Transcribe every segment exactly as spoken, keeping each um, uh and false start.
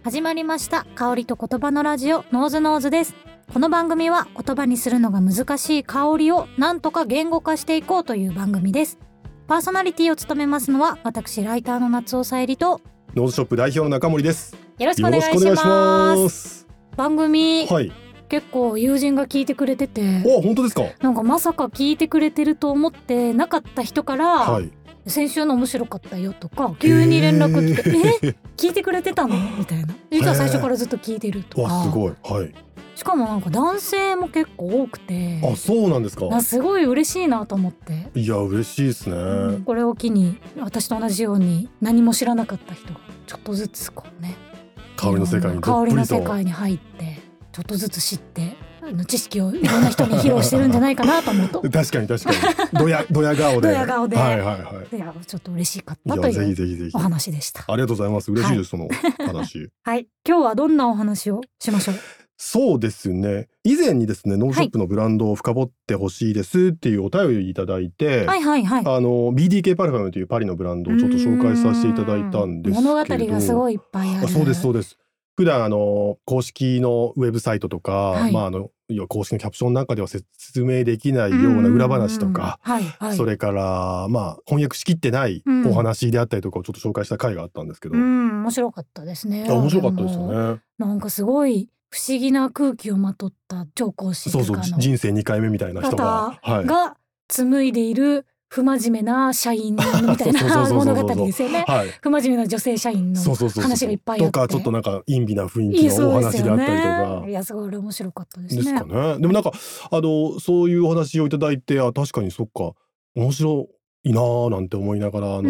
始まりました香りと言葉のラジオノーズノーズです。この番組は言葉にするのが難しい香りをなんとか言語化していこうという番組です。パーソナリティを務めますのは私ライターの夏尾さえりとノーズショップ代表の中森です。 よろしくお願いします。 よろしくお願いします。 番組、 はい、 結構友人が聞いてくれてて、 お、本当ですか。 なんかまさか聞いてくれてると思ってなかった人から、 はい、 先週の面白かったよとか急に連絡来て、え聞いてくれてたのみたいな、実は最初からずっと聞いてるとか。 わ、すごい。はい。 しかもなんか男性も結構多くて、 あ、そうなんですか。 あ、すごい嬉しいなと思って。 いや、嬉しいですね、 うん、これを機に私と同じように何も知らなかった人がちょっとずつこうね、 香りの世界にどっぷりと香りの世界に入ってちょっとずつ知って知識をいろんな人に披露してるんじゃないかなと思うと確かに確かにドヤドヤ顔でドヤ顔で、 はいはいはい、 いやちょっと嬉しかったといや、ぜひぜひぜひいうお話でした。 ありがとうございます。嬉しいです、 はい、 その話はい、今日はどんなお話をしましょう。 そうですね、以前にですねノーズショップのブランドを深掘ってほしいですっていうお便りいただいて、 はいはいはい、 あの ビーディーケー パルファムというパリのブランドをちょっと紹介させていただいたんですけど、 物語がすごいいっぱいある。 あ、そうですそうです。普段あの公式のウェブサイトとか、はい、まああの公式のキャプションなんかでは説明できないような裏話とか、はいはい、それからまあ翻訳しきってないお話であったりとかをちょっと紹介した回があったんですけど、 うん、面白かったですね。 あ、面白かったですよね。 なんかすごい不思議な空気をまとった超講師とかの、 そうそう、人生にかいめみたいな人が、 はい、が紡いでいる不真面目な社員みたいな物語ですよね。不真面目な女性社員の話がいっぱいあって、 とかちょっとなんか陰微な雰囲気のお話であったりとか、 いや、すごい面白かったですね。 ですかね。でもなんかあのそういうお話をいただいて、あ、確かにそっか面白いなーなんて思いながらあの、うん、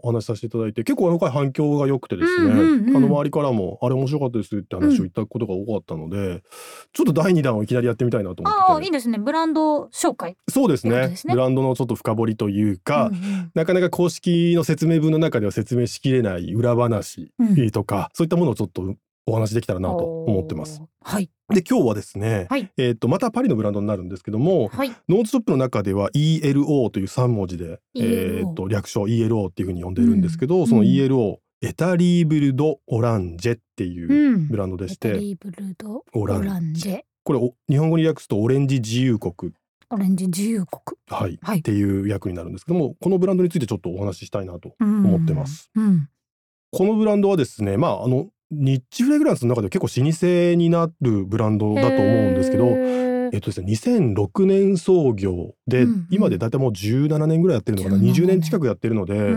お話しさせていただいて、結構あの回反響が良くてですね、うんうんうん、あの周りからもあれ面白かったですって話を言ったことが多かったので、うん、ちょっとだいにだんをいきなりやってみたいなと思ってて。 あ、いいですね。ブランド紹介。 そうですね、ブランドのちょっと深掘りというか、うんうん、なかなか公式の説明文の中では説明しきれない裏話とか、うん、そういったものをちょっとお話できたらなと思ってます。 はい。 で今日はですね、はい、えー、とまたパリのブランドになるんですけども、はい、ノーズショップの中では イーエルオー というさん文字で、えー、と略称 イーエルオー っていうふうに呼んでるんですけど、うん、その イーエルオー、エタリーブルドオランジェっていうブランドでして、うん、エタリーブルドオランジェ、これ日本語に訳すとオレンジ自由国、 オレンジ自由国、 はいはい、っていう訳になるんですけども、このブランドについてちょっとお話ししたいなと思ってます。うんうん、このブランドはですね、まああのニッチフレグランスの中では結構老舗になるブランドだと思うんですけど、えっとですね、にせんろくねん創業で、うんうん、今でだいたいもうじゅうななねんぐらいやってるのかな、にじゅうねん近くやってるので、うん、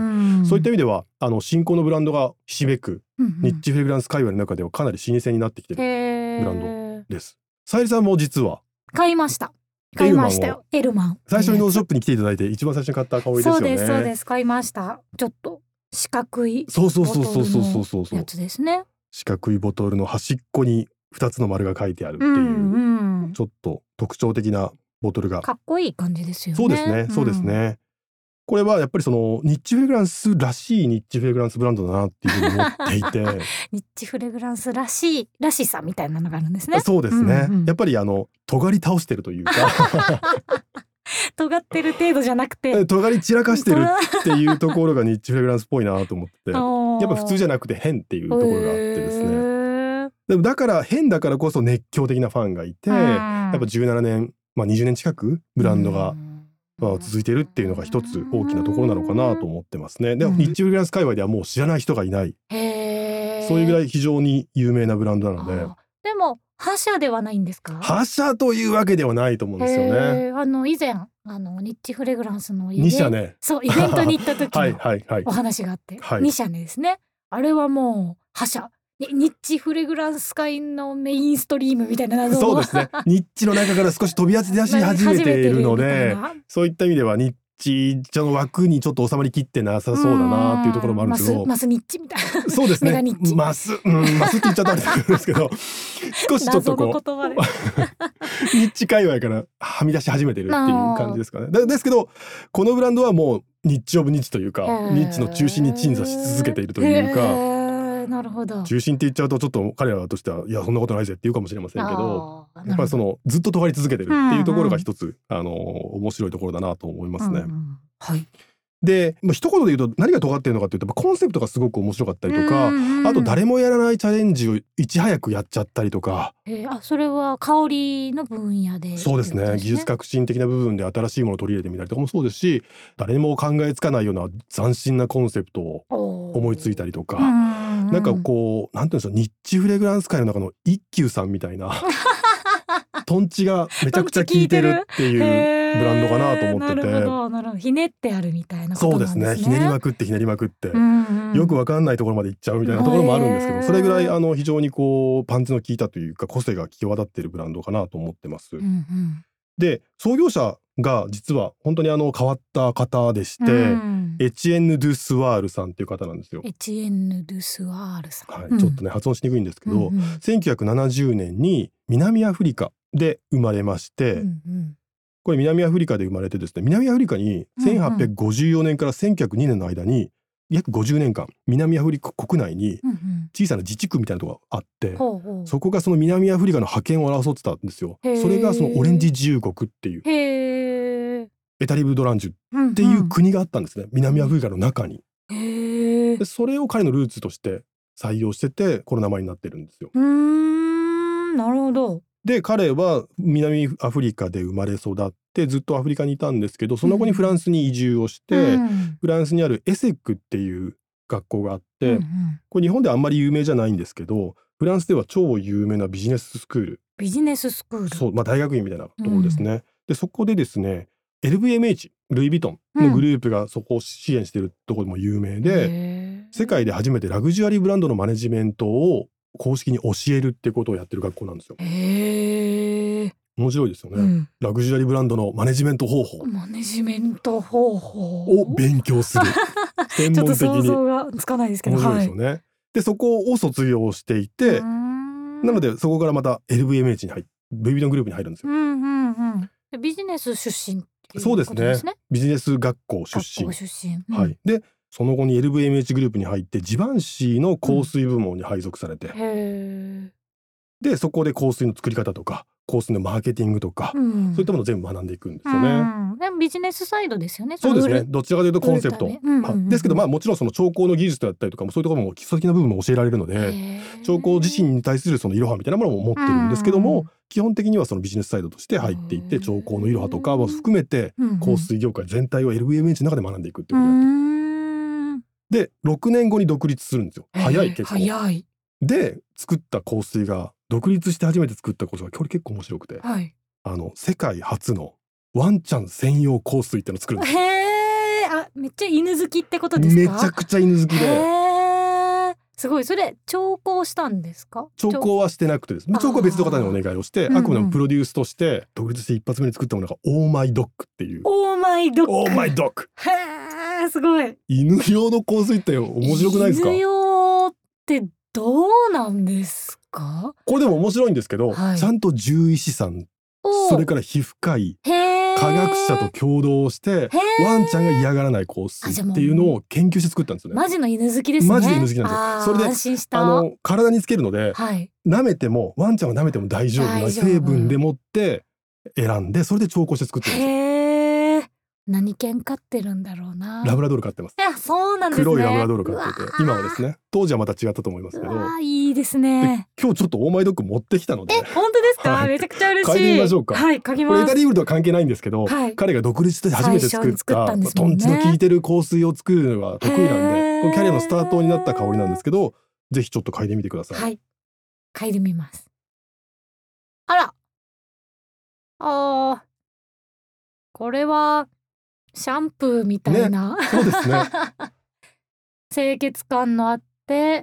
そういった意味ではあの新興のブランドがひしめく、うんうん、ニッチフレグランス界隈の中ではかなり老舗になってきてるブランドです。さゆりさんも実は買いました買いましたよ。エルマン最初にノーズショップに来ていただいて一番最初に買った香りですよね。 そうですそうです、買いました。ちょっと四角いボトルのやつですね。 四角いボトルの端っこにふたつの丸が書いてあるっていう、うんうん、ちょっと特徴的なボトルがかっこいい感じですよね。 そうですね、そうですね、うん、これはやっぱりそのニッチフレグランスらしいニッチフレグランスブランドだなっていうふうに思っていてニッチフレグランスらしいらしさみたいなのがあるんですね。 そうですね、うんうん、やっぱりあの尖り倒してるというか尖ってる程度じゃなくて尖り散らかしてるっていうところがニッチフレグランスっぽいなと思ってやっぱ普通じゃなくて変っていうところがあってですね、でもだから変だからこそ熱狂的なファンがいて、やっぱじゅうななねん、まあ、にじゅうねん近くブランドが続いてるっていうのが一つ大きなところなのかなと思ってますね。でもニッチフレグランス界隈ではもう知らない人がいない、へ、そういうぐらい非常に有名なブランドなので。 でも覇者ではないんですか？ 覇者というわけではないと思うんですよね。 あの以前あのニッチフレグランスのに社ね、 そうイベントに行った時のお話があって、はいはいはい、に社ねですね。あれはもう覇者、ニッチフレグランス界のメインストリームみたいな謎そうですね、ニッチの中から少し飛び出し始めているのでそういった意味ではニッチの枠にちょっと収まりきってなさそうだなっていうところもあるんですけど、 マスニッチみたいなそうですね、マス、うん、マスって言っちゃったんですけど少しちょっとこうニッチ界隈からはみ出し始めてるっていう感じですかね。だですけどこのブランドはもうニッチオブニッチというかニッチの中心に鎮座し続けているというか、 なるほど、 中心って言っちゃうとちょっと彼らとしてはいやそんなことないぜって言うかもしれませんけど、やっぱりそのずっと尖り続けてるっていうところが一つ、うんうん、あの面白いところだなと思いますね。うんうん、 はい。 で、まあ、一言で言うと何が尖ってるのかっていうとコンセプトがすごく面白かったりとか、あと誰もやらないチャレンジをいち早くやっちゃったりとか。 えー、あそれは香りの分野で、 そうですね、技術革新的な部分で新しいものを取り入れてみたりとかもそうですし、誰も考えつかないような斬新なコンセプトを思いついたりとか、なんかこうなんていうんでしょう、ニッチフレグランス界の中の一休さんみたいなトンチがめちゃくちゃ効いてるっていうブランドかなと思ってて。 なるほどなるほど、ひねってあるみたいなことなんですね。 そうですね、ひねりまくってひねりまくって、うんうん、よくわかんないところまで行っちゃうみたいなところもあるんですけど、それぐらいあの非常にこうパンチの効いたというか個性が際立っているブランドかなと思ってます、うんうん、で創業者が実は本当にあの変わった方でして、うん、エチエンヌ・ドゥ・スワールさんっていう方なんですよ。 エチエンヌ・ドゥ・スワールさん、 はい、ちょっとね発音しにくいんですけど、うんうん、せんきゅうひゃくななじゅうねんに南アフリカで生まれまして、うんうん、これ南アフリカで生まれてですね、南アフリカにせんはっぴゃくごじゅうよねんからせんきゅうひゃくにねんの間に約ごじゅうねんかん南アフリカ国内に小さな自治区みたいなところがあって、うんうん、そこがその南アフリカの覇権を争ってたんですよ。それがそのオレンジ自由国っていう、エタリブ・ドランジュっていう国があったんですね、うんうん、南アフリカの中に。へでそれを彼のルーツとして採用しててこの名前になってるんですよ。 うーん、なるほど。 で彼は南アフリカで生まれ育ってずっとアフリカにいたんですけど、その後にフランスに移住をして、うん、フランスにあるエセックっていう学校があって、うんうん、これ日本ではあんまり有名じゃないんですけど、フランスでは超有名なビジネススクール、 ビジネススクール、 そう、まあ、大学院みたいなところですね、うん、でそこでですね エルブイエムエイチ ルイ・ヴィトンのグループがそこを支援しているところでも有名で、うん、世界で初めてラグジュアリーブランドのマネジメントを公式に教えるってことをやってる学校なんですよ。へー、面白いですよね、うん、ラグジュアリーブランドのマネジメント方法マネジメント方法を勉強する専門的にちょっと想像がつかないですけど、 面白いですよね、はい、でそこを卒業していて、なのでそこからまた エルブイエムエイチ に入ってルイ・ヴィトングループに入るんですよ、うんうんうん、ビジネス出身っていうことですね。 そうですね、ビジネス学校出身、 学校出身、うん、 はい、でその後に エルブイエムエイチ グループに入ってジバンシーの香水部門に配属されて、うん、へー、でそこで香水の作り方とか香水のマーケティングとか、うん、そういったものを全部学んでいくんですよね、うん、 でもビジネスサイドですよね。 そうですね、どちらかというとコンセプト、うんうんうん、ですけど、まあもちろんその調香の技術だったりとかもそういうところも基礎的な部分も教えられるので、調香自身に対するそのイロハみたいなものも持ってるんですけども、うん、基本的にはそのビジネスサイドとして入っていって調香のイロハとかも含めて香水業界全体を エルブイエムエイチ の中で学んでいくっていうことをやってる、うん、でろくねんごに独立するんですよ。早い、結構早い。 で作った香水が独立して初めて作った香水がこれ結構面白くて、はい、あの世界初のワンちゃん専用香水っていうのを作るんですよ。 へー、あ、めっちゃ犬好きってことですか？ めちゃくちゃ犬好きで、 へー、すごい。それ調香したんですか？ 調香はしてなくてですね、調香は別の方にお願いをして、あくまでもプロデュースとして独立して一発目に作ったものがオーマイドッグっていう。 オーマイドッグ、 オーマイドッグ、 へー、すごい。 犬用の香水って面白くないですか？ 犬用ってどうなんですか？ これでも面白いんですけど、はい、ちゃんと獣医師さん、それから皮膚科医、科学者と共同してワンちゃんが嫌がらない香水っていうのを研究して作ったんですよね。 マジの犬好きですね。 マジで犬好きなんですよ。それで安心した。 あの体につけるので、はい、舐めてもワンちゃんが舐めても大丈夫な成分でもって選んで、それで調香して作ってるんですよ。 へー、何犬飼ってるんだろうな。 ラブラドール飼ってます。 いや、そうなんですね。 黒いラブラドール飼ってて、今はですね、当時はまた違ったと思いますけど。 いいですね。 今日ちょっとオーマイドッグ持ってきたので。 え、本当ですか？はい、めちゃくちゃ嬉しい。 嗅いでみましょうか。 はい、嗅ぎます。 これエタリーブルとは関係ないんですけど、はい、彼が独立して初めて作ったね、トンチの効いてる香水を作るのが得意なんで、このキャリアのスタートになった香りなんですけど、ぜひちょっと嗅いでみてください。 はい、嗅いでみます。あら、あー、これはシャンプーみたいな、 ね、そうですね清潔感のあって、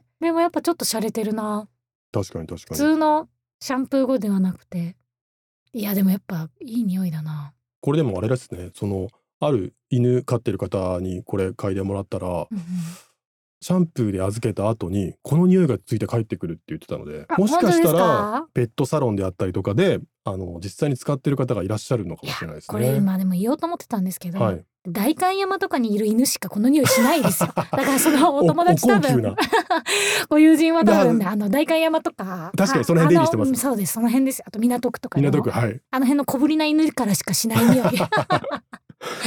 でもやっぱちょっと洒落てるな。 確かに確かに。 普通のシャンプー後ではなくて、いやでもやっぱいい匂いだな。 これでもあれですね、そのある犬飼ってる方にこれ嗅いでもらったら、うんうん、シャンプーで預けた後にこの匂いがついて帰ってくるって言ってたので、もしかしたらペットサロンであったりとかであの実際に使ってる方がいらっしゃるのかもしれないですね。 これ今でも言おうと思ってたんですけど、はい、代官山とかにいる犬しかこの匂いしないですよ。だからそのお友達多分ご友人は多分ね、あの代官山とか確かにその辺で入りしてます。 そうです、その辺です。あと港区とかの港区、はい、 あの辺の小ぶりな犬からしかしない匂い。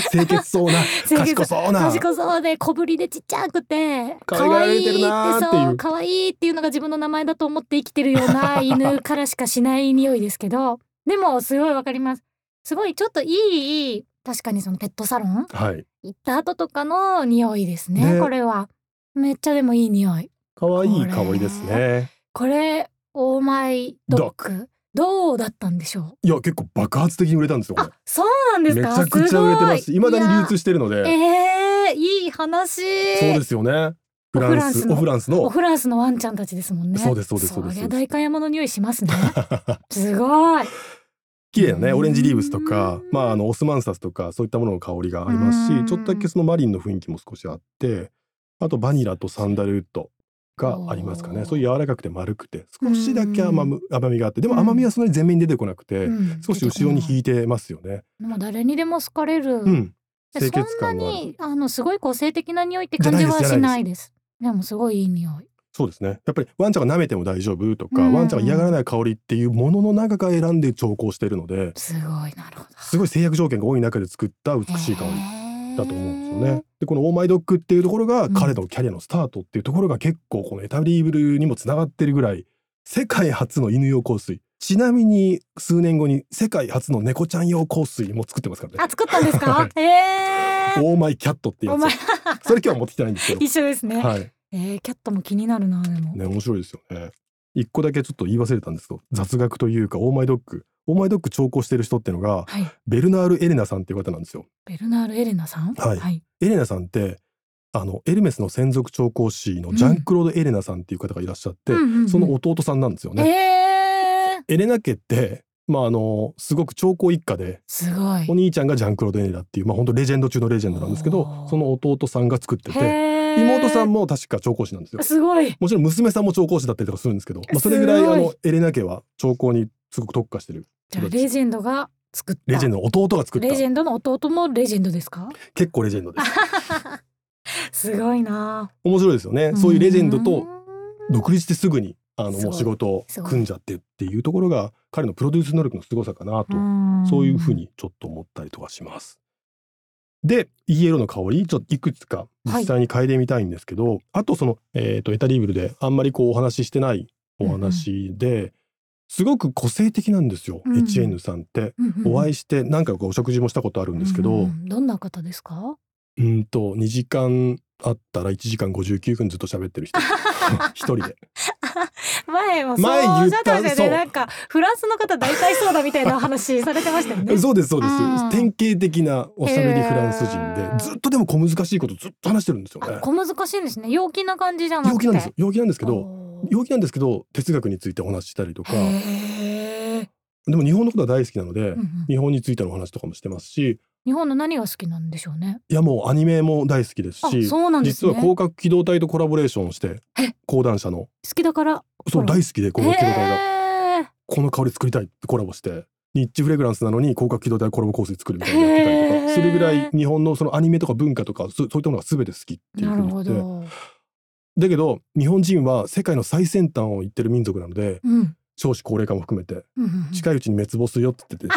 清潔そうな賢そうな賢そうで小ぶりでちっちゃくて可愛がられてるなーっていう可愛いっていうのが自分の名前だと思って生きてるような犬からしかしない匂いですけどでもすごいわかります。すごいちょっといい確かにそのペットサロン、はい、行った後とかの匂いですね。ねこれはめっちゃでもいい匂い。 可愛い香りですね。 これオーマイドッグどうだったんでしょう。 いや結構爆発的に売れたんですよ。これあそうなんですか。 めちゃくちゃ売れてます。未だに流通してるので。 えー、いい話。 そうですよね。フランスオフランスのオフランスのワンちゃんたちですもんね。 そうですそうですそうです。 そりゃ代官山の匂いしますね。すごい綺麗なねオレンジリーブスとか、まああのオスマンサスとかそういったものの香りがありますし、ちょっとだけそのマリンの雰囲気も少しあって、あとバニラとサンダルウッドがありますかね。そういう柔らかくて丸くて少しだけ 甘, 甘みがあって、でも甘みはそんなに前面に出てこなくて、少し後ろに引いてますよね。 もう誰にでも好かれる、うん、清潔感がある。そんなにあのすごい個性的な匂いって感じはしないです。でもすごいいい匂い。 そうですね。やっぱりワンちゃんが舐めても大丈夫とか、うん、ワンちゃんが嫌がらない香りっていうものの中から選んで調香しているので、 すごいなるほど。 すごい制約条件が多い中で作った美しい香りだと思うんですよね。でこのオーマイドッグっていうところが彼のキャリアのスタートっていうところが結構このエタブリーブルにもつながってるぐらい、世界初の犬用香水、ちなみに数年後に世界初の猫ちゃん用香水も作ってますからね。 あ作ったんですか。えー、 オーマイキャットっていうやつ。それ今日は持ってきてないんですけど。 一緒ですね。 はい。 えー、キャットも気になるな。でもね面白いですよね。一個だけちょっと言い忘れたんですけど、雑学というかオーマイドッグオーマイドッグ調香してる人っていうのが、はい、ベルナール・エレナさんっていう方なんですよ。 ベルナール・エレナさん、 はいはい、エレナさんってあのエルメスの専属調香師のジャンクロード・エレナさんっていう方がいらっしゃって、うん、その弟さんなんですよね。 えー、 エレナ家ってまああのすごく調香一家で、 すごいお兄ちゃんがジャンクロード・エレナっていうまあ本当レジェンド中のレジェンドなんですけど、その弟さんが作ってて。妹さんも確か調香師なんですよ。 すごい。 もちろん娘さんも調香師だったりとかするんですけど、まあ、それぐらいあのエレナ家は調香にすごく特化してる。 じゃあレジェンドが作った。 レジェンドの弟が作った。 レジェンドの弟もレジェンドですか。 結構レジェンドですすごいな。 面白いですよね。そういうレジェンドと独立してすぐにあのもう仕事を組んじゃってっていうところが彼のプロデュース能力の凄さかなと、そういうふうにちょっと思ったりとかします。で イーエルオー の香りちょっといくつか実際に嗅いでみたいんですけど、はい、あとその、えー、とエタリーブルであんまりこうお話ししてないお話で、うんうん、すごく個性的なんですよ、うん、エチエヌさんって、うんうん、お会いして何回かお食事もしたことあるんですけど、うんうん、 どんな方ですか。 うんとにじかんあったらいちじかんごじゅうきゅうふんずっと喋ってる人一人で前もそうおっしゃってましたよね。なんかフランスの方大体そうだみたいな話されてましたよね。 そうですそうです、うん、典型的なおしゃべりフランス人で、ずっとでも小難しいことずっと話してるんですよね。 小難しいんですね。陽気な感じじゃなくて。 陽気なんです陽気なんですけど陽気なんですけど哲学についてお話ししたりとか、でも日本のことは大好きなので、うんうん、日本についてのお話とかもしてますし。 日本の何が好きなんでしょうね。 いやもうアニメも大好きですし、 そうなんですね、 実は広角機動隊とコラボレーションして講談社の好きだからそう大好きで広角機動隊がこの香り作りたいってコラボして、ニッチフレグランスなのに広角機動隊コラボ香水作るみたいなやってたりとかするぐらい、日本のそのアニメとか文化とかそういったものが全て好きっていうふうに言って。だけど日本人は世界の最先端を言ってる民族なので、うん、少子高齢化も含めて、うんうんうん、近いうちに滅亡するよって言ってて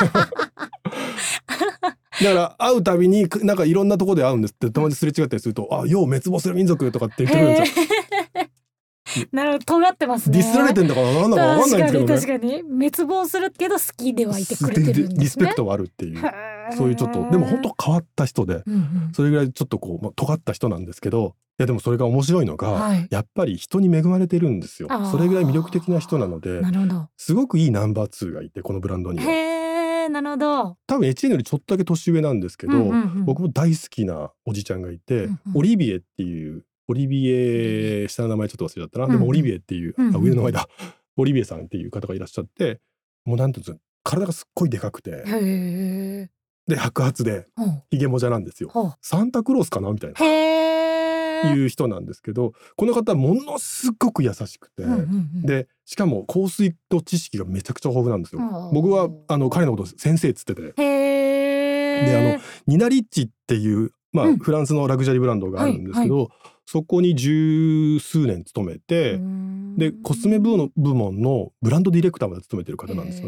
だから会うたびになんかいろんなところで会うんですって、たまにすれ違ったりすると、あ、よう滅亡する民族とかって言ってくるんですよ。 なるほど、尖ってますね。 ディスられてんだから何だか分かんないんですけどね。 確かに確かに滅亡するけど好きではいてくれてるんですね。 リスペクトはあるっていう、そういうちょっとでも本当変わった人で、うんうん、それぐらいちょっとこう尖った人なんですけど、いやでもそれが面白いのが、はい、やっぱり人に恵まれてるんですよ。それぐらい魅力的な人なので、 なるほど、 すごくいいナンバーツーがいてこのブランドには。 へー、なるほど。 多分エチエンよりちょっとだけ年上なんですけど、うんうんうん、僕も大好きなおじちゃんがいて、うんうん、オリビエっていうオリビエ下の名前ちょっと忘れちゃったな、うんうん、でもオリビエっていう、うんうん、あ上の名前だオリビエさんっていう方がいらっしゃって、もうなんていうんですか、体がすっごいでかくて、 へで白髪でひげもじゃなんですよ、うん、サンタクロースかなみたいなへいう人なんですけど、この方ものすごく優しくて、うんうんうん、でしかも香水と知識がめちゃくちゃ豊富なんですよ。僕はあの彼のこと先生っつってて、 へであのニナリッチっていうまあ、うん、フランスのラグジュアリーブランドがあるんですけど、はいはい、そこに十数年勤めて、でコスメ部の部門のブランドディレクターまで務めてる方なんですよね。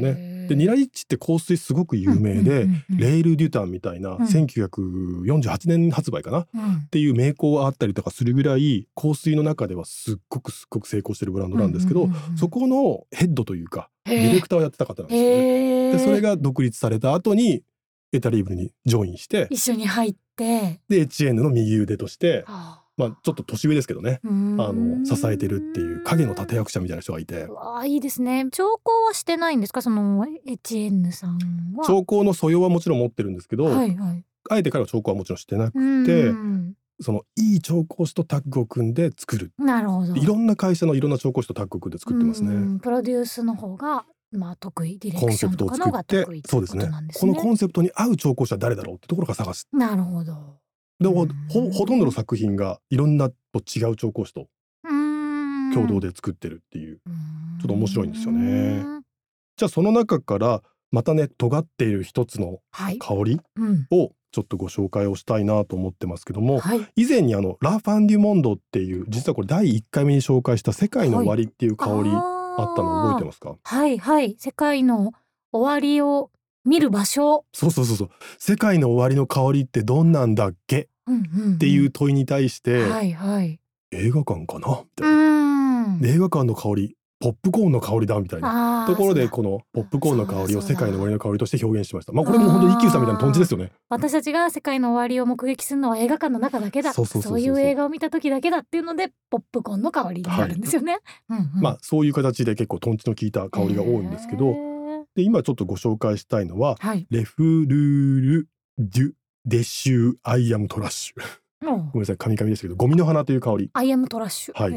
でニラリッチって香水すごく有名で、うんうんうんうん、レール・デュタンみたいな、うん、せんきゅうひゃくよんじゅうはちねん発売かな、うん、っていう名香があったりとかするぐらい香水の中ではすっごくすっごく成功してるブランドなんですけど、うんうんうんうん、そこのヘッドというかディレクターをやってた方なんですよね。でそれが独立された後にエタリーブルにジョインして一緒に入ってでエチエンヌの右腕として、はあ、まあ、ちょっと年上ですけどね、あの支えてるっていう影の立役者みたいな人がいて。 わあ、いいですね。調香はしてないんですか、そのエチエンヌさんは。 調香の素養はもちろん持ってるんですけど、はいはい、あえて彼は調香はもちろんしてなくて、そのいい調香師とタッグを組んで作る。 なるほど。 いろんな会社のいろんな調香師とタッグを組んで作ってますね。 プロデュースの方がまあ得意、ディレクションとかの方が得意ってことなんですね。 このコンセプトに合う調香師は誰だろうってところから探す。 なるほど。 でほ, ほとんどの作品がいろんなと違う調香師と共同で作ってるっていう、ちょっと面白いんですよね。じゃあその中からまたね尖っている一つの香りをちょっとご紹介をしたいなと思ってますけども、はい、以前にあのラ・ファン・デュ・モンドっていう実はこれだいいっかいめに紹介した世界の終わりっていう香りあったの覚えてますか？ はいはい、世界の終わりを見る場所。 そうそうそうそう、世界の終わりの香りってどんなんだっけ、うんうんうん、っていう問いに対して、はいはい、映画館かなみたいな、映画館の香りポップコーンの香りだみたいなところでこのポップコーンの香りを世界の終わりの香りとして表現しました。まあこれも本当に一休さんみたいなトンチですよね。 私たちが世界の終わりを目撃するのは映画館の中だけだ、そういう映画を見た時だけだっていうのでポップコーンの香りになるんですよね、はいうんうん、 まあそういう形で結構トンチの効いた香りが多いんですけど、で今ちょっとご紹介したいのは、はい、レフルール・デュ・デシュ・アイアム・トラッシュごめんなさい神々ですけど、ゴミの花という香り。 アイアムトラッシュ、 はい、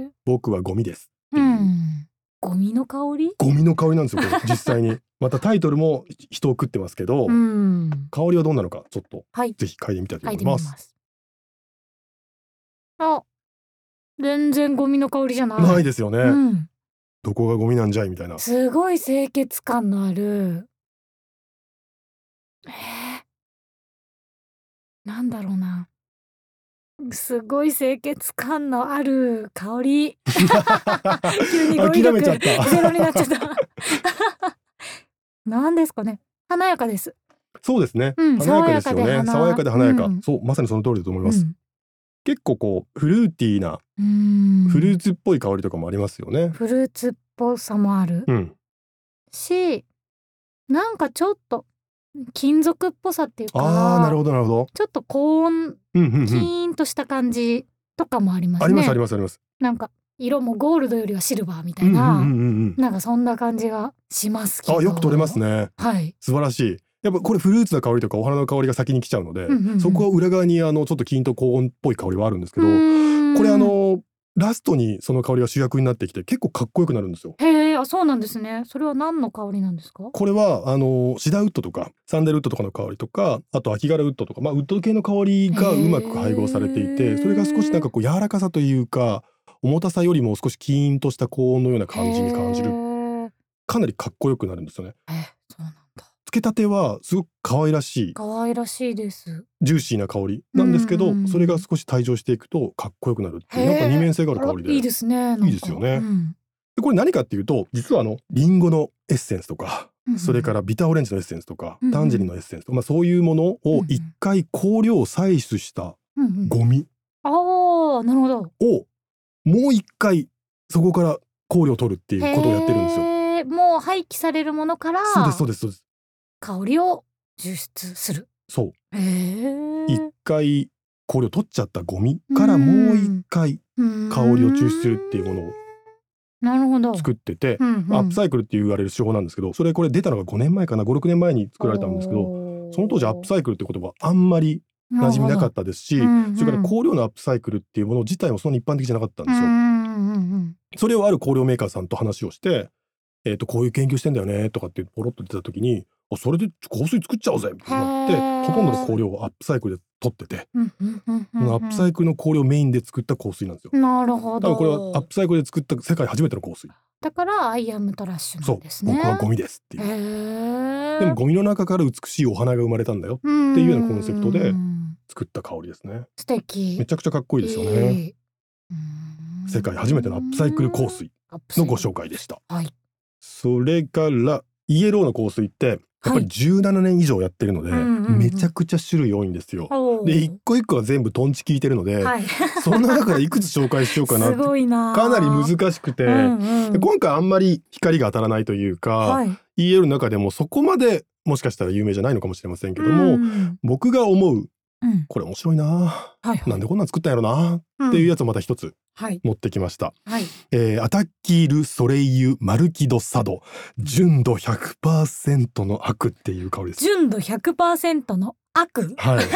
僕はゴミですっていう、うん、 ゴミの香りゴミの香りなんですよこれ実際にまたタイトルも人を食ってますけど、うん、香りはどうなのかちょっと、はい、ぜひ嗅いでみたいと思います。 ます。あ、全然ゴミの香りじゃない。 ないですよね、うん、どこがゴミなんじゃいみたいな。 すごい清潔感のある、えー、なんだろうな、すごい清潔感のある香り急に語彙力ゼロになっちゃったなんですかね、華やかです。 そうですね、うん、華やかですよね。爽やかで華やか、うん、そうまさにその通りだと思います、うん、結構こうフルーティーなフルーツっぽい香りとかもありますよね。 フルーツっぽさもある、うん、しなんかちょっと金属っぽさっていうか、 あーなるほどなるほど、 ちょっと高温、うんうんうん、キーンとした感じとかもありますね。 ありますありますあります。 なんか色もゴールドよりはシルバーみたいな、うんうんうんうん、なんかそんな感じがしますけど。 あ、よく取れますね、 はい、 素晴らしい。やっぱこれフルーツの香りとかお花の香りが先に来ちゃうので、うんうんうん、そこは裏側にあのちょっとキーンと高温っぽい香りはあるんですけど、これあのラストにその香りが主役になってきて結構かっこよくなるんですよ。 へえ、あ、そうなんですね。それは何の香りなんですか？ これはあのシダーウッドとかサンダルウッドとかの香りとか、あと秋柄ウッドとか、まあ、ウッド系の香りがうまく配合されていて、それが少しなんかこう柔らかさというか重たさよりも少しキーンとした高温のような感じに感じる、かなりかっこよくなるんですよね。 え、そうなんだ。 つけたてはすごく可愛らしい可愛らしいですジューシーな香りなんですけど、それが少し退場していくとかっこよくなるっていう、なんか二面性がある香りでいいですね。 いいですよね、うん、でこれ何かっていうと、実はあのリンゴのエッセンスとか、うんうん、それからビターオレンジのエッセンスとか、うんうん、タンジェリンのエッセンスとか、まあ、そういうものを一回香料を採取したゴミ、 うんうん、ああなるほど、 をもう一回そこから香料を取るっていうことをやってるんですよ。 もう廃棄されるものからそうですそうですそうです、 香りを抽出する。 そう、一回香料取っちゃったゴミからもう一回香りを抽出するっていうものをなるほど作ってて、うんうん、アップサイクルって言われる手法なんですけど、それこれ出たのがごねんまえかな、ごろくねんまえに作られたんですけど、その当時アップサイクルって言葉あんまり馴染みなかったですし、うんうん、それから香料のアップサイクルっていうもの自体もそんなに一般的じゃなかったんですよ、うんうんうん、それをある香料メーカーさんと話をして、えーと、こういう研究してんだよねとかってポロッと出た時に、あ、それで香水作っちゃおうぜってなって、ほとんどの香料をアップサイクルで取ってて、うんうんうんうん、アップサイクルの香料メインで作った香水なんですよ。 なるほど。 多分これはアップサイクルで作った世界初めての香水だからアイアムトラッシュなんですね。 そう、僕はゴミですっていう。でもゴミの中から美しいお花が生まれたんだよっていうようなコンセプトで作った香りですね。 素敵。 めちゃくちゃかっこいいですよね、えー、世界初めてのアップサイクル香水のご紹介でした。はい、それからイエローの香水ってやっぱりじゅうななねん以上やってるので、はい、めちゃくちゃ種類多いんですよ。で一個一個は全部トンチ効いてるので、はい、その中でいくつ紹介しようかなってすごいな、かなり難しくて、うんうん、で今回あんまり光が当たらないというか、はい、イーエル の中でもそこまでもしかしたら有名じゃないのかもしれませんけども、うん、僕が思う、うん、これ面白いな、はいはい、なんでこんなん作ったんやろなっていうやつをまた一つ持ってきました、はいえー、アタッキール・ソレイユ・マルキド・サド純度 ひゃくパーセント の悪っていう香りです。 純度 ひゃくパーセント の悪、はい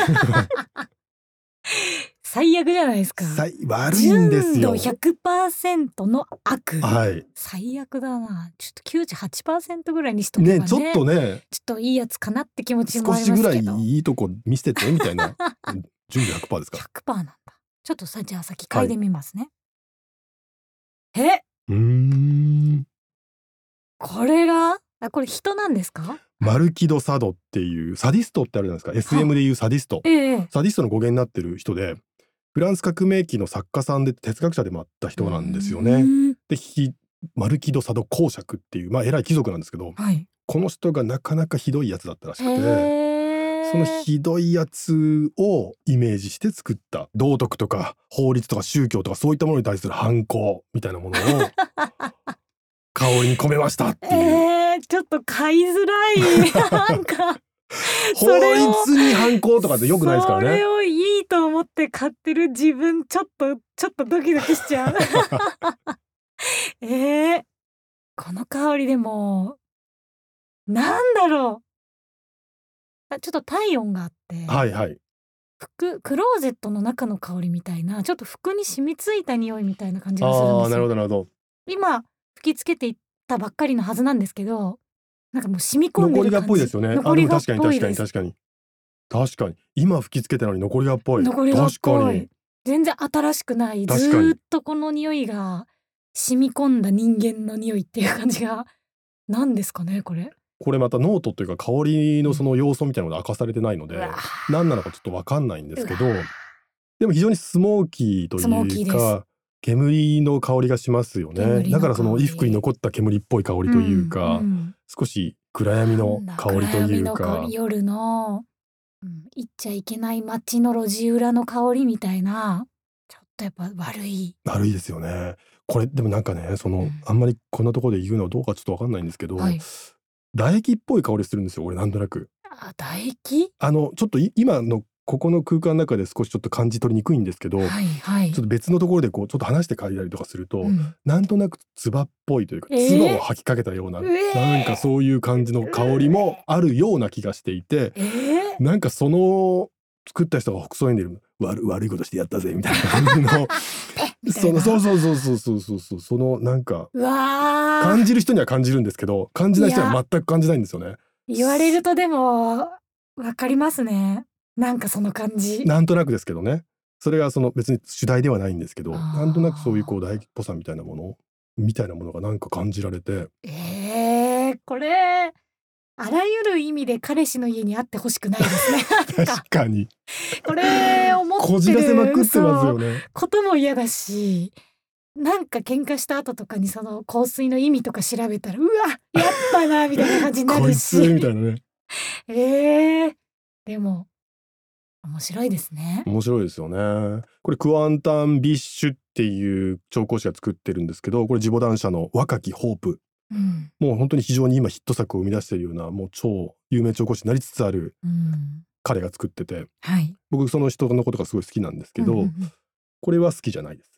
最悪じゃないですか。 悪いんですよ。 純度 ひゃくパーセント の悪、 はい、 最悪だな。ちょっと きゅうじゅうはちパーセント ぐらいにしとけば ね, ねちょっとねちょっといいやつかなって気持ちもありますけど、 少しぐらいいいとこ見せててみたいな純度 ひゃくパーセント ですか。 ひゃくパーセント なんだ。ちょっとさじゃあ先嗅いでみますね、はい、えうーんこれがあこれ人なんですか。 マルキド・サドっていうサディストってあるじゃないですか。 エスエム でいうサディスト、ええ、サディストの語源になってる人で、フランス革命期の作家さんで哲学者でもあった人なんですよね。でマルキド・サド公爵っていう、まあ、偉い貴族なんですけど、はい、この人がなかなかひどいやつだったらしくて、そのひどいやつをイメージして作った道徳とか法律とか宗教とかそういったものに対する反抗みたいなものを香りに込めましたっていう、 えー、ちょっと買いづらいなんか法律に反抗とかってよくないですからね。 それをいいと思って買ってる自分ちょっとちょっとドキドキしちゃうえー、この香りでもなんだろう、あちょっと体温があって、 はいはい、 服クローゼットの中の香りみたいな、ちょっと服に染みついた匂いみたいな感じがするんですよ。 あーなるほどなるほど。 今吹きつけていったばっかりのはずなんですけど、なんかもう染み込んでる感じ。 残りがっぽいですよね。 残りがっぽいです。 あでも確かに確かに確かに確かに今吹きつけたのに残りがっぽい。 残りがっぽい。全然新しくない。ずーっとこの匂いが染み込んだ人間の匂いっていう感じが何ですかねこれ。 これまたノートというか香りのその要素みたいなのが明かされてないので、何なのかちょっと分かんないんですけど、でも非常にスモーキーというか煙の香りがしますよね。だからその衣服に残った煙っぽい香りというか、うんうん、少し暗闇の香りというか、 夜の、うん、行っちゃいけない街の路地裏の香りみたいな、ちょっとやっぱ悪い悪いですよね。これでもなんかねその、うん、あんまりこんなところで言うのはどうかちょっと分かんないんですけど、はい、唾液っぽい香りするんですよ俺なんとなく。 あ唾液あのちょっと今のここの空間の中で少しちょっと感じ取りにくいんですけど、はいはい、ちょっと別のところでこうちょっと話して嗅いだりとかすると、うん、なんとなく唾っぽいというか、えー、唾を吐きかけたような、えー、なんかそういう感じの香りもあるような気がしていて、えー、なんかその作った人がほくそ笑んでる悪悪いことしてやったぜみたいな感じのそのそうそうそうそうそうそうそうそのなんか感じる人には感じるんですけど感じない人には全く感じないんですよね。 言われるとでもわかりますね。なんかその感じなんとなくですけどね。それがその別に主題ではないんですけど、なんとなくそういうこう唾液っぽさみたいなものみたいなものがなんか感じられて、 えー、これあらゆる意味で彼氏の家にあってほしくないですね確かにこれ思ってるこじらせまくってますよね。 ことも嫌だし、なんか喧嘩した後とかにその香水の意味とか調べたらうわやったなみたいな感じになるしこいつみたいなねえー、でも面白いですね。 面白いですよね。これクワンタンビッシュっていう調香師が作ってるんですけど、これジボダン社の若きホープ、うん、もう本当に非常に今ヒット作を生み出しているようなもう超有名調香師になりつつある彼が作ってて、うんはい、僕その人のことがすごい好きなんですけど、うんうんうん、これは好きじゃないです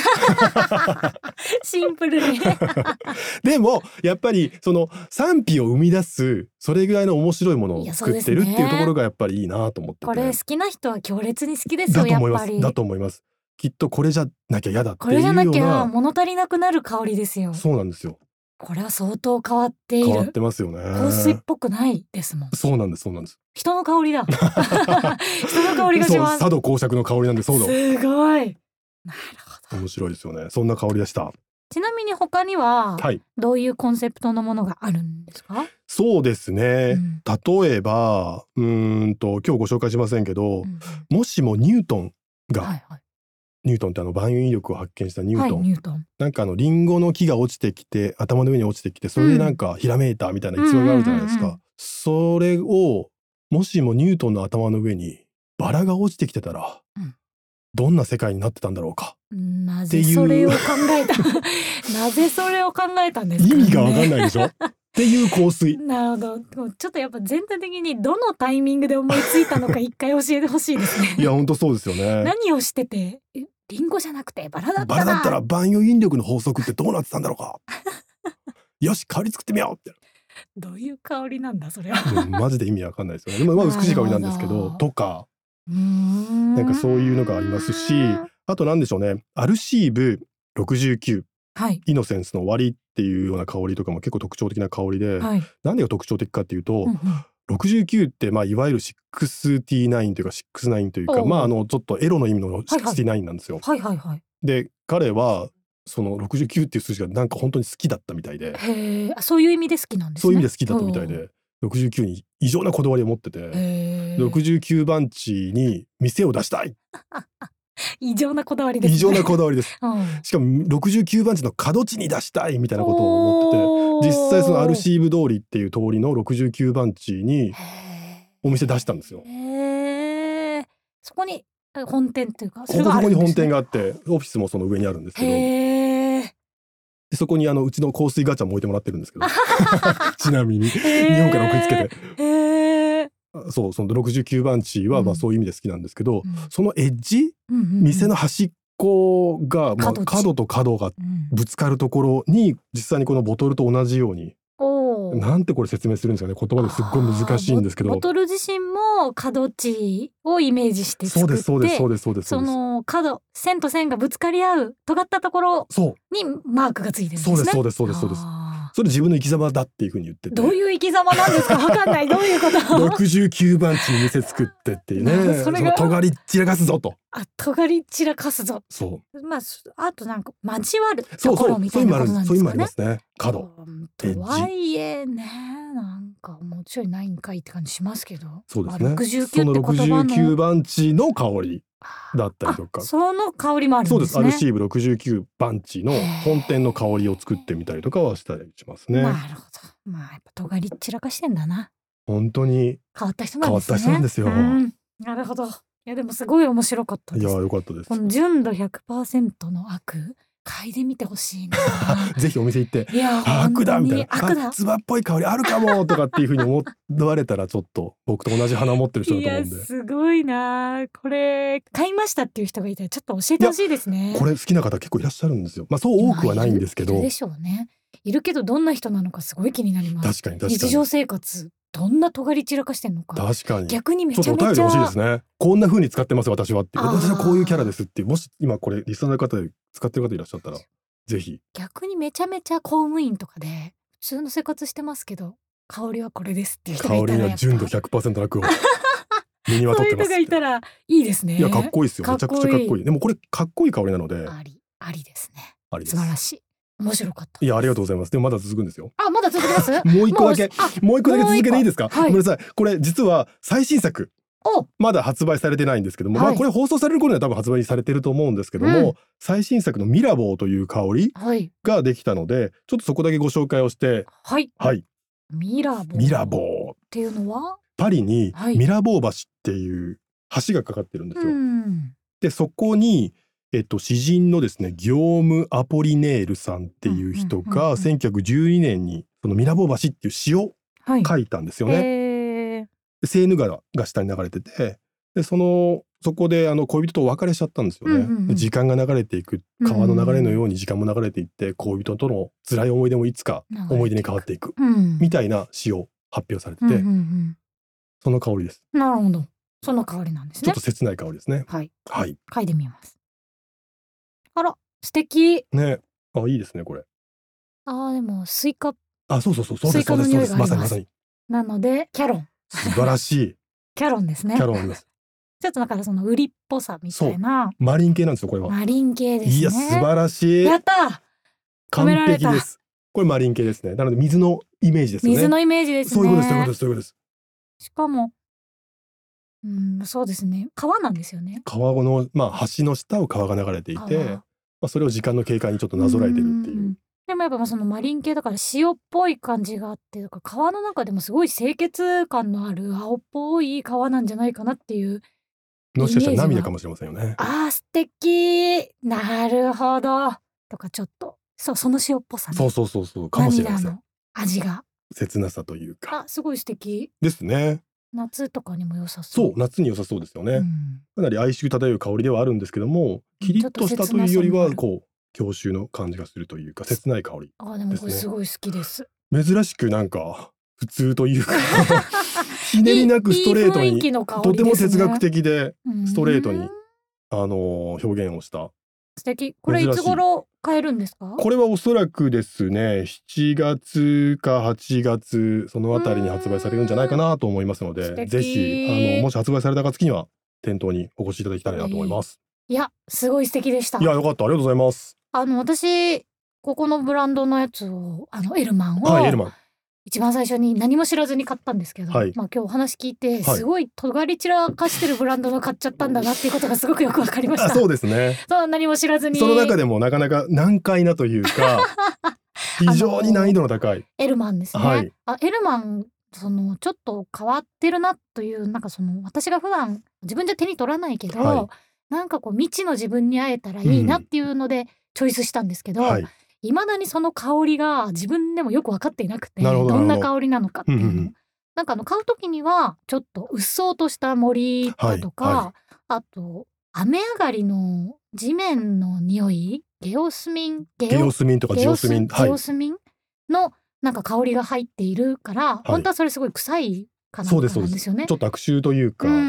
シンプルにでもやっぱりその賛否を生み出すそれぐらいの面白いものを作ってるっていうところがやっぱりいいなと思ってて、 これ好きな人は強烈に好きですよ。やっぱりだと思います。きっとこれじゃなきゃ嫌だっていうような、 これじゃなきゃ物足りなくなる香りですよ。 そうなんですよ。 これは相当変わっている。 変わってますよね。 香水っぽくないですもん。 そうなんですそうなんです。 人の香りだ人の香りがします。 佐渡公爵の香りなんで。そうだ。 すごい。なるほど。 面白いですよね。そんな香りでした。 ちなみに他にはどういうコンセプトのものがあるんですか？はい、 そうですね、うん、例えばうーんと今日ご紹介しませんけど、うん、もしもニュートンがニュートンってあの万有引力を発見したニュートン、 はい、ニュートンなんかあのリンゴの木が落ちてきて頭の上に落ちてきてそれでなんかひらめいたみたいな逸話があるじゃないですか、うんうんうんうん、それをもしもニュートンの頭の上にバラが落ちてきてたら、うん、どんな世界になってたんだろうか。 なぜそれを考えたなぜそれを考えたんですか、ね、 意味がわかんないでしょっていう香水。 なるほど。ちょっとやっぱ全体的にどのタイミングで思いついたのか一回教えてほしいですねいや本当そうですよね。 何をしてて、えリンゴじゃなくてバラだったな。 バラだったら万有引力の法則ってどうなってたんだろうかよし香り作ってみようって。 どういう香りなんだそれはマジで意味わかんないですよね。でもまあ美しい香りなんですけどとかうーんなんかそういうのがありますし、あとなんでしょうね、アルシーブろくじゅうきゅう、はい、イノセンスの終わりっていうような香りとかも結構特徴的な香りで、はい、何が特徴的かっていうと、うんうん、ろくじゅうきゅうってまあいわゆるろくじゅうきゅうというかろくじゅうきゅうというか、まああのちょっとエロの意味のろくじゅうきゅうなんですよ。 はいはいはいはい、 で彼はそのろくじゅうきゅうっていう数字がなんか本当に好きだったみたいで、 へー、そういう意味で好きなんですね。 そういう意味で好きだったみたいで、ろくじゅうきゅうに異常なこだわりを持ってて、ろくじゅうきゅう番地に店を出したい異常なこだわりですね。 異常なこだわりです、うん、しかもろくじゅうきゅう番地の角地に出したいみたいなことを思ってて、実際そのアルシーブ通りっていう通りのろくじゅうきゅう番地にお店出したんですよ。 へー、そこに本店というかそれがあるんですね。ここに本店があってオフィスもその上にあるんですけど、 へー、 でそこにあのうちの香水ガチャも置いてもらってるんですけどちなみに日本から送りつけて、へー、そうそのろくじゅうきゅう番地はまあそういう意味で好きなんですけど、うん、そのエッジ、うんうんうん、店の端っこが、まあ、角と角がぶつかるところに実際にこのボトルと同じように、うん、なんてこれ説明するんですかね、言葉ですっごい難しいんですけど、 ボトル自身も角地をイメージして作って、 そうですそうですそうですそうです、 その角線と線がぶつかり合う尖ったところにマークがついてるんですね。 そうですそうですそうですそうです。それ自分の生き様だっていう風に言ってて、 どういう生き様なんですかわかんないどういうことろくじゅうきゅう番地に店作ってっていうねそれがその尖り散らかすぞと、 あ尖り散らかすぞ、 そうまああとなんか交わるところみたいなことなんですかね。 そういうのもありますね、角とはいえね、なんかもうちょいないんかいって感じしますけど、 そうですね、 まあ、ろくじゅうきゅうって言葉のそのろくじゅうきゅう番地の香りだったりとか、 その香りもあるんですね。 そうです、アルシーブろくじゅうきゅう番地の本店の香りを作ってみたりとかはしたりしますね。 なるほど、まあやっぱ尖り散らかしてんだな。 本当に変わった人なんですね。 変わった人なんですよ、うん、 なるほど。いやでもすごい面白かったです。 いや良かったです。 この純度 ひゃくパーセント の悪嗅いでみてほしいなぜひお店行って、 いや悪だみたいな、 悪だ、 つばっぽい香りあるかもとかっていう風に思われたらちょっと僕と同じ鼻を持ってる人だと思うんで、 いやすごいなこれ買いましたっていう人がいたらちょっと教えてほしいですね。 これ好きな方結構いらっしゃるんですよ。まあそう多くはないんですけど、 いるでしょうね。いるけどどんな人なのかすごい気になります。 確かに確かに。 日常生活どんな尖り散らかしてんのか、 確かに逆にめちゃめちゃちょっとお便り欲しいですね。こんな風に使ってます私はって、私はこういうキャラですって、もし今これリスナーの方で使ってる方いらっしゃったらぜひ。 逆にめちゃめちゃ公務員とかで普通の生活してますけど香りはこれですっていう人がいたら、 香りは純度 ひゃくパーセント 楽を身にまとってます。 そういう人がいたらいいですね。 いやかっこいいですよ、めちゃくちゃかっこいい。でもこれかっこいい香りなのでありありですね。 ありです。 素晴らしい、面白かった。 いやありがとうございます。でもまだ続くんですよ。 あまだ続きますもう一個だけもう一個だけ続けていいですか、はい、ごめんなさい。これ実は最新作まだ発売されてないんですけども、はい、まあこれ放送される頃には多分発売されてると思うんですけども、うん、最新作のミラボーという香りができたので、はい、ちょっとそこだけご紹介をして、 はいはい、ミラボーミラボーっていうのはパリにミラボー橋っていう橋がかかってるんですよ、うん、でそこにえっと、詩人のですねギョーム・アポリネールさんっていう人がせんきゅうひゃくじゅうにねんにそのミラボー橋っていう詩を書いたんですよね、はいえー、セーヌ川が下に流れてて、でそのそこであの恋人とお別れしちゃったんですよね、うんうんうん、時間が流れていく川の流れのように時間も流れていって、うんうん、恋人との辛い思い出もいつか思い出に変わっていく、うん、みたいな詩を発表されてて、うんうんうん、その香りです。 なるほど、その香りなんですね。 ちょっと切ない香りですね。 はい、 はい、 嗅いでみます。あら素敵ね。あいいですねこれ。 あーでもスイカ、 あそうそうそうそうですそうですそうです、まさにまさに。 なのでキャロン素晴らしいキャロンですね。 キャロンです。 ちょっとだからその売りっぽさみたいなマリン系なんですよこれは。 マリン系ですね。 いや素晴らしい。 やった完璧です。これマリン系ですね。なので水のイメージですよね。 水のイメージですね。 そういうことですそういうことですそういうことです。 しかもうん、そうですね。川なんですよね。 川の、まあ、橋の下を川が流れていて、まあ、それを時間の経過にちょっとなぞらえてるっていう。うでもやっぱそのマリン系だから塩っぽい感じがあって、川の中でもすごい清潔感のある青っぽい川なんじゃないかなっていうもしかしたら涙かもしれませんよね。 あー素敵、なるほどとか、ちょっとそうその塩っぽさね。 そうそうそうそうかもしれません。 涙の味が切なさというか。 あ、すごい素敵ですね。 夏とかにも良さそう。 そう夏に良さそうですよね、 うん、 かなり哀愁漂う香りではあるんですけども、キリッとしたというよりはこう郷愁の感じがするというか切ない香りですね。 あ、でもこれすごい好きです。 珍しくなんか普通というかひねりなくストレートに、いいね、とても哲学的でストレートにあの表現をした素敵。これいつ頃買えるんですか？これはおそらくですねしちがつかはちがつそのあたりに発売されるんじゃないかなと思いますので、ぜひあのもし発売された暁には店頭にお越しいただきたいなと思います。 いやすごい素敵でした。 いやよかった、ありがとうございます。 あの私ここのブランドのやつをあのエルマンを、 はい、エルマン一番最初に何も知らずに買ったんですけど、はい、まあ今日お話聞いてすごい尖り散らかしてるブランドの買っちゃったんだなっていうことがすごくよくわかりました。 そうですね。 そう何も知らずに、 その中でもなかなか難解なというか非常に難易度の高いエルマンですね、はい、あエルマンそのちょっと変わってるなというなんかその私が普段自分じゃ手に取らないけど、はい、なんかこう未知の自分に会えたらいいなっていうのでチョイスしたんですけど、うんはい未だにその香りが自分でもよく分かっていなくて、どんな香りなのかっていうの、うんうん、なんかあの買う時にはちょっとうっそうとした森だとか、はいはい、あと雨上がりの地面の匂いゲオスミンゲオスミンとかジオスミンゲオスミンのなんか香りが入っているから、はい、本当はそれすごい臭いかなんかなんですよね。 ちょっと悪臭というか、うん、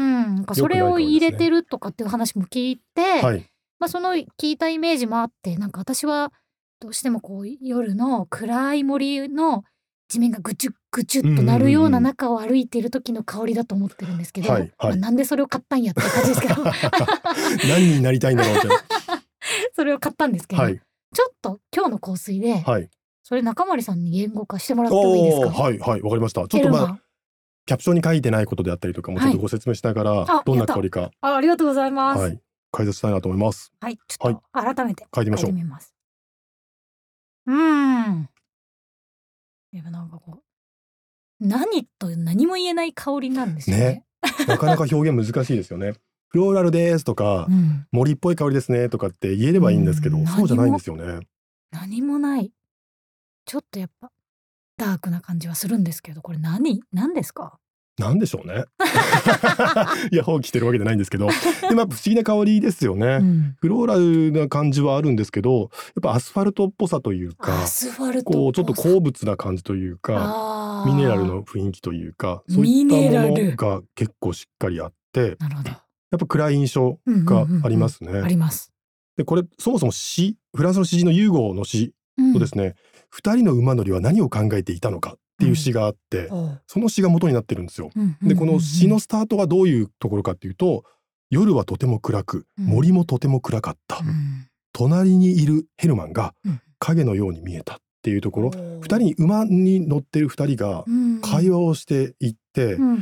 それを入れてるとかっていう話も聞いて、はい、まあその聞いたイメージもあってなんか私はどうしてもこう夜の暗い森の地面がぐちゅぐちゅっとなるような中を歩いている時の香りだと思ってるんですけど、はいはいまあ、なんでそれを買ったんやって感じですけど何になりたいんだろうってそれを買ったんですけど、はい、ちょっと今日の香水で、はい、それ中森さんに言語化してもらってもいいですか？ はいはいわかりました。ちょっとまあキャプションに書いてないことであったりとかもちょっとご説明しながら、はい、どんな香りかあ, あ, ありがとうございます、はい、 解説したいなと思います。 はいちょっと改めて書いてみましょう。 書いてみます。うーん。やっぱなんかこう何と何も言えない香りなんですよね。 ねなかなか表現難しいですよね。フローラルですとか、うん、森っぽい香りですねとかって言えればいいんですけど、うん、そうじゃないんですよね。 何もない。ちょっとやっぱダークな感じはするんですけど、これ何何ですか？ なんでしょうねいや放棄してるわけじゃないんですけどでもやっぱ不思議な香りですよね、うん、フローラルな感じはあるんですけどやっぱアスファルトっぽさというかアスファルトこうちょっと鉱物な感じというかミネラルの雰囲気というかそういったものが結構しっかりあってなるほどやっぱ暗い印象がありますね、うんうんうんうん、 あります。 でこれそもそも詩フランスの詩人のユーゴの詩とですね、うん、二人の馬乗りは何を考えていたのかっていう詩があって、うん、その詩が元になってるんですよ、うんうんうんうん、でこの詩のスタートがどういうところかっていうと夜はとても暗く森もとても暗かった、うん、隣にいるヘルマンが影のように見えたっていうところ、うん、二人に馬に乗ってる二人が会話をしていって、うん、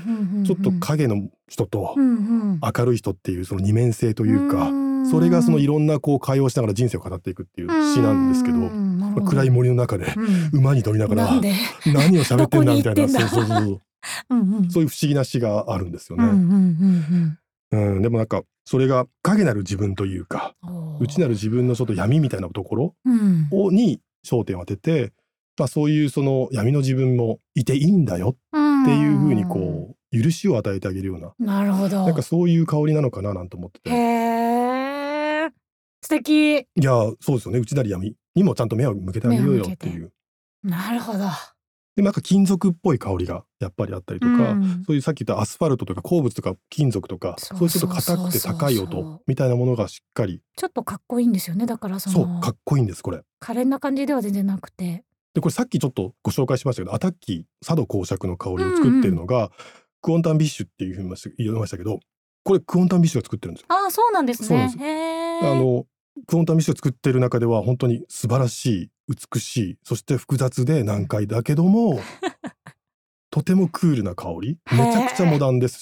ちょっと影の人と明るい人っていうその二面性というか、うん、それがそのいろんなこう会話をしながら人生を語っていくっていう詩なんですけど、まあ、暗い森の中で馬に乗りながら何を喋ってんだみたいなそうそうそううんうん、そういう不思議な詩があるんですよね、うんうんうんうん、でもなんかそれが影なる自分というか内なる自分のちょっと闇みたいなところを、うん、に焦点を当てて、まあ、そういうその闇の自分もいていいんだよっていうふうにこう許しを与えてあげるような、 なるほど、 なんかそういう香りなのかななんて思ってて、 へー素敵。 いやそうですよね。内なる闇にもちゃんと目を向けてあげようよっていう。 なるほど。 でなんか金属っぽい香りがやっぱりあったりとか、うん、そういうさっき言ったアスファルトとか鉱物とか金属とかそういうちょっと硬くて高い音みたいなものがしっかりちょっとかっこいいんですよね。だからそのそうかっこいいんですこれ。 可憐な感じでは全然なくて、 でこれさっきちょっとご紹介しましたけどアタッキー佐渡公爵の香りを作ってるのが、うんうん、クオンタンビッシュっていうふうに言いましたけど、これクオンタンビッシュが作ってるんですよ。 ああそうなんですね。 そうなんです。へー。あのクオンタンビッシュを作ってる中では本当に素晴らしい美しいそして複雑で難解だけどもとてもクールな香り、めちゃくちゃモダンですし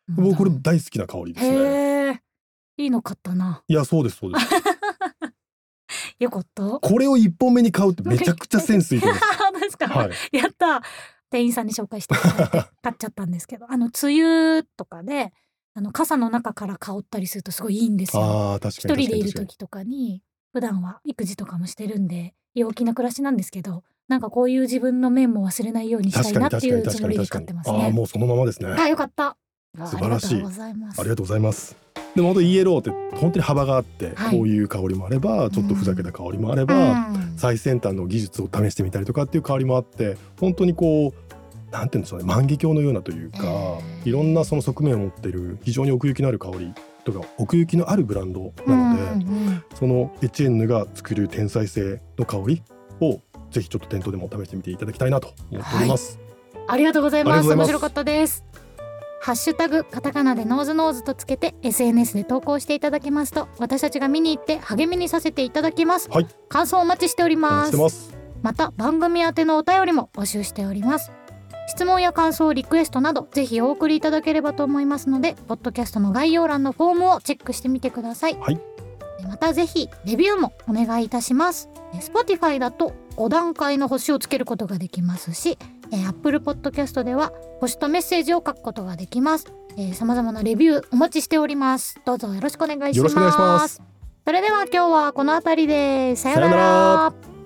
僕これ大好きな香りですね。 へー、いいの買ったな。 いやそうですそうですよかった。 これを一本目に買うってめちゃくちゃセンスいいと思います本当ですか、 はい、 やった。店員さんに紹介していただいて買っちゃったんですけど、あの梅雨とかであの傘の中から香ったりするとすごいいいんですよ。 あ、確かに一人でいる時とかに、普段は育児とかもしてるんで陽気な暮らしなんですけど、なんかこういう自分の面も忘れないようにしたいなっていうつもりで買ってますね。 あ、もうそのままですね。 あ、よかった。 素晴らしい。 ありがとうございます。 ありがとうございます。でも本当にイエローって本当に幅があって、はい、こういう香りもあればちょっとふざけた香りもあれば、うん、最先端の技術を試してみたりとかっていう香りもあって、本当にこうなんていうんでしょうね、万華鏡のようなというか、いろんなその側面を持っている非常に奥行きのある香りとか奥行きのあるブランドなので、うんうん、そのエチエンヌが作る天才性の香りをぜひちょっと店頭でも試してみていただきたいなと思っております、 はい、ありがとうございます。面白かったです。ハッシュタグカタカナでノーズノーズとつけて エスエヌエス で投稿していただきますと、私たちが見に行って励みにさせていただきます、はい、感想お待ちしております。 ます。 また番組宛てのお便りも募集しております。質問や感想、リクエストなどぜひお送りいただければと思いますので、ポッドキャストの概要欄のフォームをチェックしてみてください、はい、またぜひレビューもお願いいたします。 Spotify だとご段階の星をつけることができますし、Apple Podcast では星とメッセージを書くことができます。さまざまなレビューお待ちしております。どうぞよろしくお願いします。 よろしくお願いします。 それでは今日はこの辺りでさようなら。